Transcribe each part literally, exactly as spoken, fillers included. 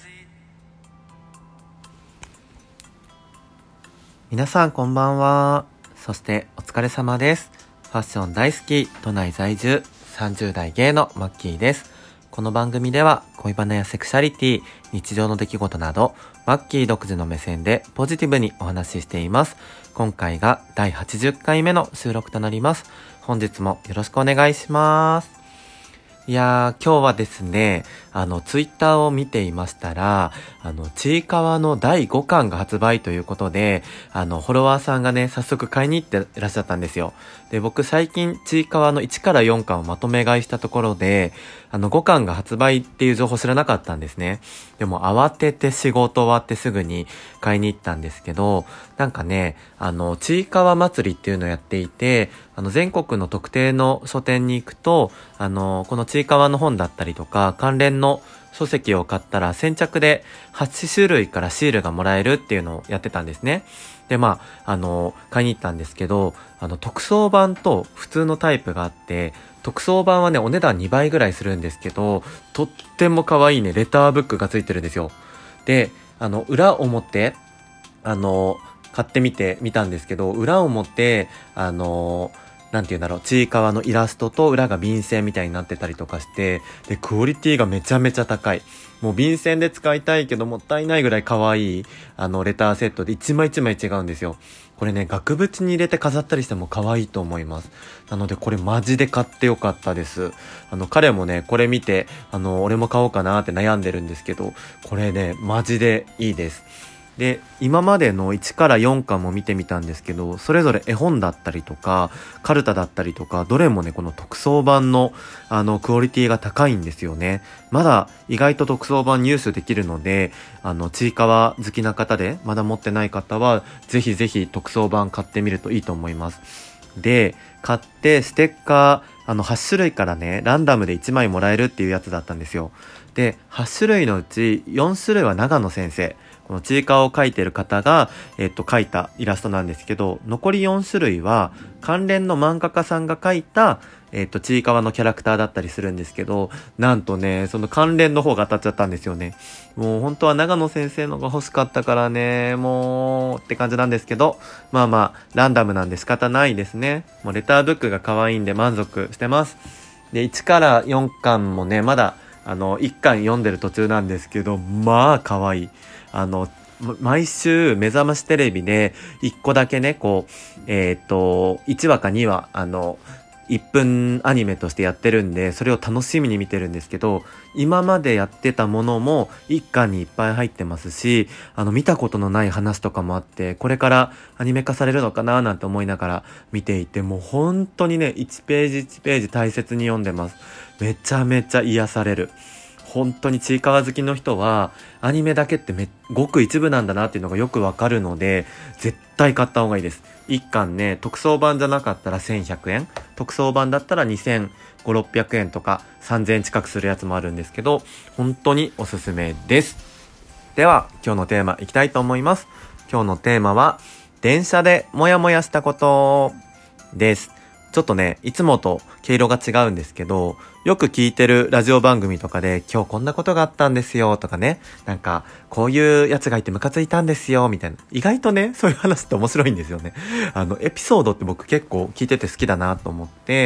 皆さんこんばんは。そしてお疲れ様です。ファッション大好き、都内在住さんじゅう代ゲイのマッキーです。この番組では恋バナやセクシャリティ、日常の出来事などマッキー独自の目線でポジティブにお話ししています。今回がだいはちじゅっかいめの収録となります。本日もよろしくお願いします。いやー、今日はですね、あの、ツイッターを見ていましたら、あの、ちいかわのだいごかんが発売ということで、あの、フォロワーさんがね、早速買いに行っていらっしゃったんですよ。で、僕最近、ちいかわのいちからよんかんをまとめ買いしたところで、あの、ごかんが発売っていう情報知らなかったんですね。でも、慌てて仕事終わってすぐに買いに行ったんですけど、なんかね、あの、ちいかわ祭りっていうのをやっていて、あの、全国の特定の書店に行くと、あの、このちいかわの本だったりとか、関連の書籍を買ったら先着ではちしゅるいからシールがもらえるっていうのをやってたんですね。で、まあ、あの、買いに行ったんですけど、あの、特装版と普通のタイプがあって、特装版はね、お値段にばいぐらいするんですけど、とっても可愛いね、レターブックがついてるんですよ。で、あの、裏表、あの、買ってみてみたんですけど、裏表、あの、なんていうんだろう、ちいかわのイラストと裏が便箋みたいになってたりとかして、で、クオリティがめちゃめちゃ高い。もう便箋で使いたいけどもったいないぐらい可愛い、あの、レターセットで一枚一枚違うんですよ。これね、額縁に入れて飾ったりしても可愛いと思います。なのでこれマジで買ってよかったです。あの、彼もね、これ見て、あの、俺も買おうかなって悩んでるんですけど、これね、マジでいいです。で、今までのいちからよんかんも見てみたんですけど、それぞれ絵本だったりとか、カルタだったりとか、どれもね、この特装版の、あの、クオリティが高いんですよね。まだ意外と特装版入手できるので、あの、ちいかわ好きな方で、まだ持ってない方は、ぜひぜひ特装版買ってみるといいと思います。で、買ってステッカー、あの、はちしゅるいからね、ランダムでいちまいもらえるっていうやつだったんですよ。で、はちしゅるいのうちよんしゅるいは長野先生。このちいかわを描いてる方が、えっと、描いたイラストなんですけど、残りよんしゅるいは関連の漫画家さんが描いた、えっと、ちいかわのキャラクターだったりするんですけど、なんとね、その関連の方が当たっちゃったんですよね。もう本当は長野先生のが欲しかったからね、もうって感じなんですけど、まあまあ、ランダムなんで仕方ないですね。もうレターブックが可愛いんで満足してます。で、いちからよんかんもね、まだ、あの、いっかん読んでる途中なんですけど、まあ、可愛い。あの、毎週目覚ましテレビでいっこだけね、こう、えっと、いちわかにわ、あの、いっぷんアニメとしてやってるんで、それを楽しみに見てるんですけど、今までやってたものもいっかんにいっぱい入ってますし、あの、見たことのない話とかもあって、これからアニメ化されるのかななんて思いながら見ていて、もう本当にね、いちページいちページ大切に読んでます。めちゃめちゃ癒される。本当にちいかわ好きの人はアニメだけってめごく一部なんだなっていうのがよくわかるので、絶対買った方がいいです。いっかんね、特装版じゃなかったらせんひゃくえん、特装版だったらにせんごひゃく、ろっぴゃくえんとかさんぜんえん近くするやつもあるんですけど、本当におすすめです。では今日のテーマいきたいと思います。今日のテーマは電車でモヤモヤしたことです。ちょっとね、いつもと毛色が違うんですけど、よく聞いてるラジオ番組とかで、今日こんなことがあったんですよとかね、なんか、こういうやつがいてムカついたんですよみたいな。意外とね、そういう話って面白いんですよね。あの、エピソードって僕結構聞いてて好きだなと思って、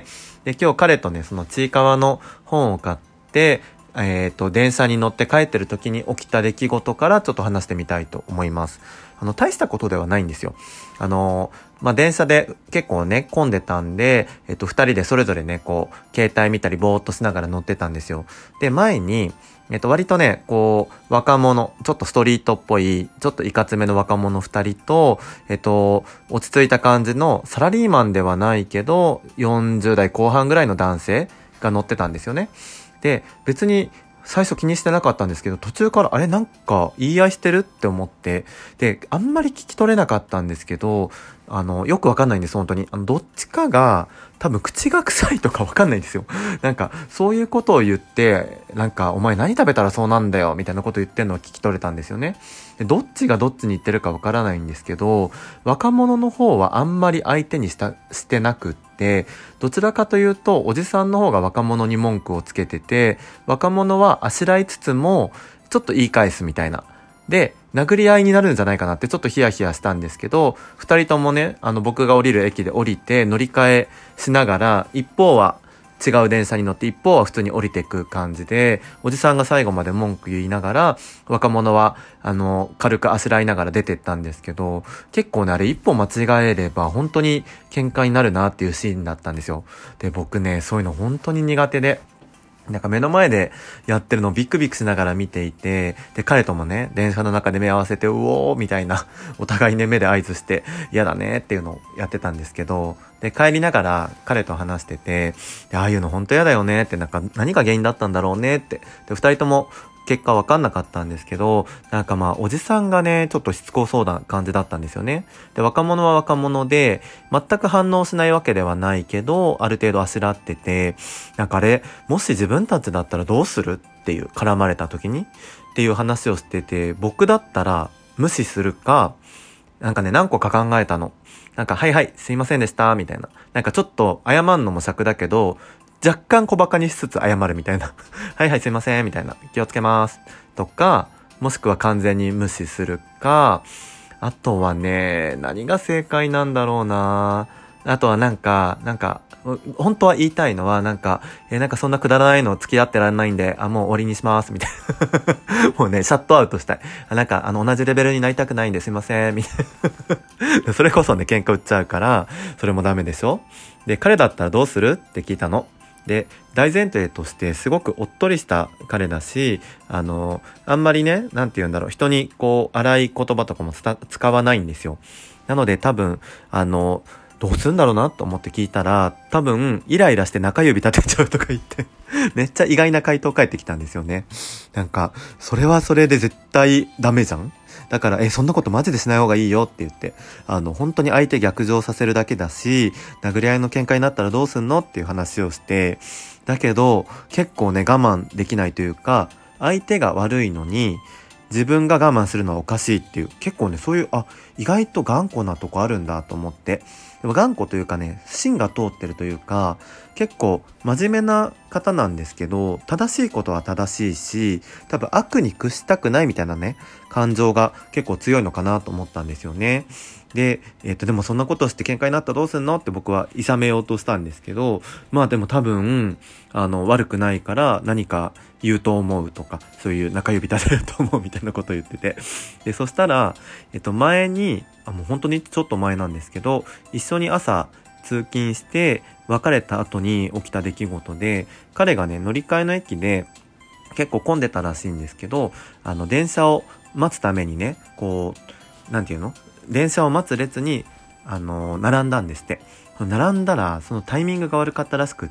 で、今日彼とね、そのちいかわの本を買って、えっと、電車に乗って帰ってる時に起きた出来事からちょっと話してみたいと思います。あの、大したことではないんですよ。あの、まあ、電車で結構ね、混んでたんで、えっと、二人でそれぞれね、こう、携帯見たりぼーっとしながら乗ってたんですよ。で、前に、えっと、割とね、こう、若者、ちょっとストリートっぽい、ちょっといかつめの若者二人と、えっと、落ち着いた感じのサラリーマンではないけど、よんじゅう代後半ぐらいの男性が乗ってたんですよね。で、別に、最初気にしてなかったんですけど、途中からあれなんか言い合いしてるって思って、で、あんまり聞き取れなかったんですけど、あの、よくわかんないんです、本当に。あの、どっちかが、多分口が臭いとかわかんないんですよ。なんか、そういうことを言って、なんか、お前何食べたらそうなんだよ、みたいなこと言ってんのを聞き取れたんですよね。で、どっちがどっちに言ってるかわからないんですけど、若者の方はあんまり相手にした、してなくって、どちらかというと、おじさんの方が若者に文句をつけてて、若者はあしらいつつも、 ちょっと言い返すみたいな。で、殴り合いになるんじゃないかなってちょっとヒヤヒヤしたんですけど、二人ともね、あの僕が降りる駅で降りて乗り換えしながら、一方は違う電車に乗って一方は普通に降りていく感じで、おじさんが最後まで文句言いながら、若者はあの軽くあしらいながら出てったんですけど、結構ねあれ一歩間違えれば本当に喧嘩になるなっていうシーンだったんですよ。で、僕ねそういうの本当に苦手で、なんか目の前でやってるのをビクビクしながら見ていて、で、彼ともね、電車の中で目合わせて、うおーみたいな、お互いね、目で合図して、嫌だねっていうのをやってたんですけど、で、帰りながら彼と話してて、で、ああいうの本当嫌だよねって、なんか何が原因だったんだろうねって、で、二人とも結果わかんなかったんですけど、なんかまあ、おじさんがね、ちょっとしつこそうな感じだったんですよね。で、若者は若者で、全く反応しないわけではないけど、ある程度あしらってて、なんかあれ、もし自分たちだったらどうするっていう、絡まれた時にっていう話をしてて、僕だったら無視するか、なんかね、何個か考えたの。なんか、はいはい、すいませんでした、みたいな。なんかちょっと謝んのも尺だけど、若干小馬鹿にしつつ謝るみたいな。はいはいすいませんみたいな。気をつけます。とか、もしくは完全に無視するか、あとはね、何が正解なんだろうな。あとはなんか、なんか、本当は言いたいのは、なんか、えー、なんかそんなくだらないの付き合ってらんないんで、あ、もう終わりにします、みたいな。もうね、シャットアウトしたい。あ、なんか、あの、同じレベルになりたくないんですいません、みたいな。それこそね、喧嘩売っちゃうから、それもダメでしょ。で、彼だったらどうするって聞いたの。で、大前提としてすごくおっとりした彼だし、あの、あんまりね、なんて言うんだろう、人にこう、荒い言葉とかも使わないんですよ。なので多分、あの、どうするんだろうなと思って聞いたら、多分、イライラして中指立てちゃうとか言って、めっちゃ意外な回答返ってきたんですよね。なんか、それはそれで絶対ダメじゃん？だから、え、そんなことマジでしない方がいいよって言って、あの、本当に相手逆上させるだけだし、殴り合いの喧嘩になったらどうすんのっていう話をして、だけど、結構ね、我慢できないというか、相手が悪いのに、自分が我慢するのはおかしいっていう、結構ね、そういう、あ、意外と頑固なとこあるんだと思って、でも頑固というかね、芯が通ってるというか、結構真面目な方なんですけど、正しいことは正しいし、多分悪に屈したくないみたいなね、感情が結構強いのかなと思ったんですよね。で、えっと、でもそんなことして喧嘩になったらどうすんのって僕は諌めようとしたんですけど、まあでも多分、あの、悪くないから何か言うと思うとか、そういう中指立てると思うみたいなことを言ってて。で、そしたら、えっと、前に、あ、もう本当にちょっと前なんですけど、一緒に朝通勤して別れた後に起きた出来事で、彼がね、乗り換えの駅で結構混んでたらしいんですけど、あの、電車を待つためにね、こう、なんていうの？電車を待つ列に、あの、並んだんですって。並んだら、そのタイミングが悪かったらしくって、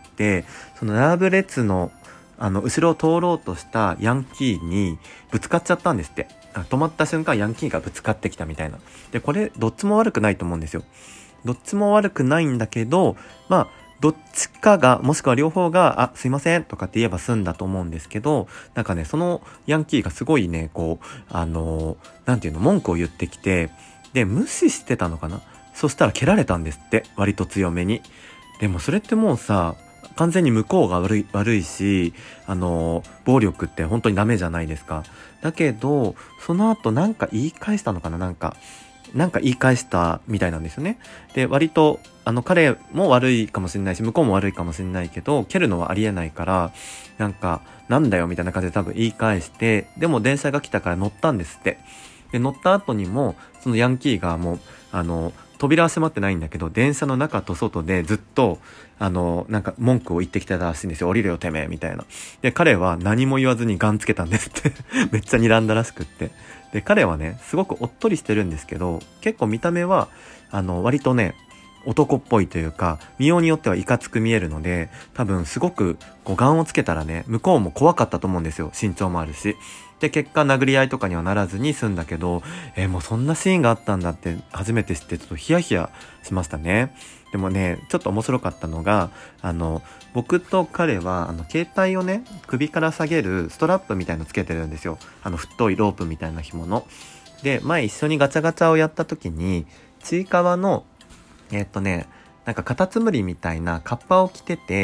その並ぶ列の、あの、後ろを通ろうとしたヤンキーにぶつかっちゃったんですって。止まった瞬間、ヤンキーがぶつかってきたみたいな。で、これ、どっちも悪くないと思うんですよ。どっちも悪くないんだけど、まあ、どっちかが、もしくは両方が、あ、すいませんとかって言えば済んだと思うんですけど、なんかね、そのヤンキーがすごいね、こう、あの、なんていうの、文句を言ってきて、で、無視してたのかな？そしたら蹴られたんですって、割と強めに。でもそれってもうさ、完全に向こうが悪い、悪いし、あの、暴力って本当にダメじゃないですか。だけど、その後なんか言い返したのかな？なんか、なんか言い返したみたいなんですよね。で、割と、あの、彼も悪いかもしれないし、向こうも悪いかもしれないけど、蹴るのはありえないから、なんか、なんだよみたいな感じで多分言い返して、でも電車が来たから乗ったんですって。で、乗った後にも、そのヤンキーがもう、あの、扉は閉まってないんだけど、電車の中と外でずっと、あの、なんか文句を言ってきたらしいんですよ。降りるよてめえ、みたいな。で、彼は何も言わずにガンつけたんですって。めっちゃ睨んだらしくって。で、彼はね、すごくおっとりしてるんですけど、結構見た目は、あの、割とね、男っぽいというか、見ようによってはいかつく見えるので、多分すごく、こう、ガンをつけたらね、向こうも怖かったと思うんですよ。身長もあるし。で、結果殴り合いとかにはならずに済んだけど、えー、もうそんなシーンがあったんだって初めて知ってちょっとヒヤヒヤしましたね。でもね、ちょっと面白かったのが、あの、僕と彼は、あの、携帯をね、首から下げるストラップみたいのつけてるんですよ。あの、太いロープみたいな紐の。で、前一緒にガチャガチャをやった時に、ちいかわの、えーっとね、なんかカタツムリみたいなカッパを着てて、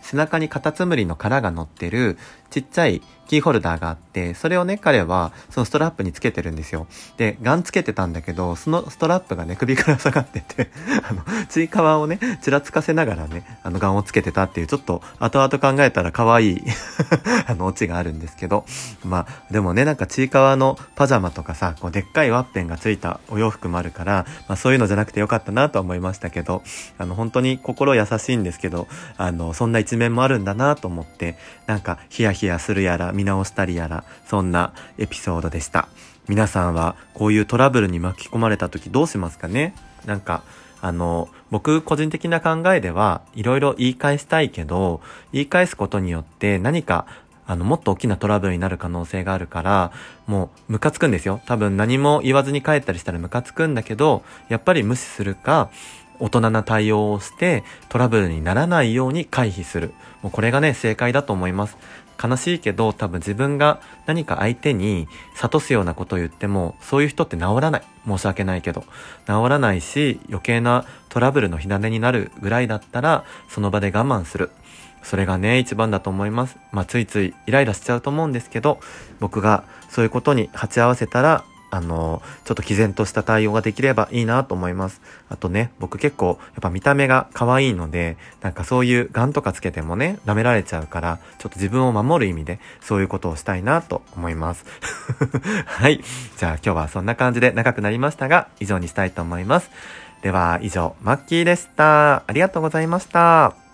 背中にカタツムリの殻が乗ってるちっちゃいキーホルダーがあって、それをね、彼はそのストラップにつけてるんですよ。で、ガンつけてたんだけど、そのストラップがね、首から下がってて、あの、ちいかわをね、ちらつかせながらね、あの、ガンをつけてたっていう、ちょっと後々考えたら可愛いあの、オチがあるんですけど、まあ、でもね、なんかちいかわのパジャマとかさ、こう、でっかいワッペンがついたお洋服もあるから、まあ、そういうのじゃなくてよかったなとは思いましたけど、あの、本当に心優しいんですけど、あの、そんな一面もあるんだなと思って、なんか、ヒヤヒヤするやら、見直したりやら、そんなエピソードでした。皆さんはこういうトラブルに巻き込まれた時どうしますかね。なんかあの僕個人的な考えではいろいろ言い返したいけど、言い返すことによって何かあのもっと大きなトラブルになる可能性があるから、もうムカつくんですよ。多分何も言わずに帰ったりしたらムカつくんだけど、やっぱり無視するか大人な対応をしてトラブルにならないように回避する。もうこれがね、正解だと思います。悲しいけど、多分自分が何か相手に諭すようなことを言っても、そういう人って治らない。申し訳ないけど。治らないし、余計なトラブルの火種になるぐらいだったら、その場で我慢する。それがね、一番だと思います。まあ、ついついイライラしちゃうと思うんですけど、僕がそういうことに鉢合わせたら、あのちょっと毅然とした対応ができればいいなと思います。あとね、僕結構やっぱ見た目が可愛いので、なんかそういうガンとかつけてもね、舐められちゃうから、ちょっと自分を守る意味でそういうことをしたいなと思いますはい、じゃあ今日はそんな感じで長くなりましたが、以上にしたいと思います。では以上、マッキーでした。ありがとうございました。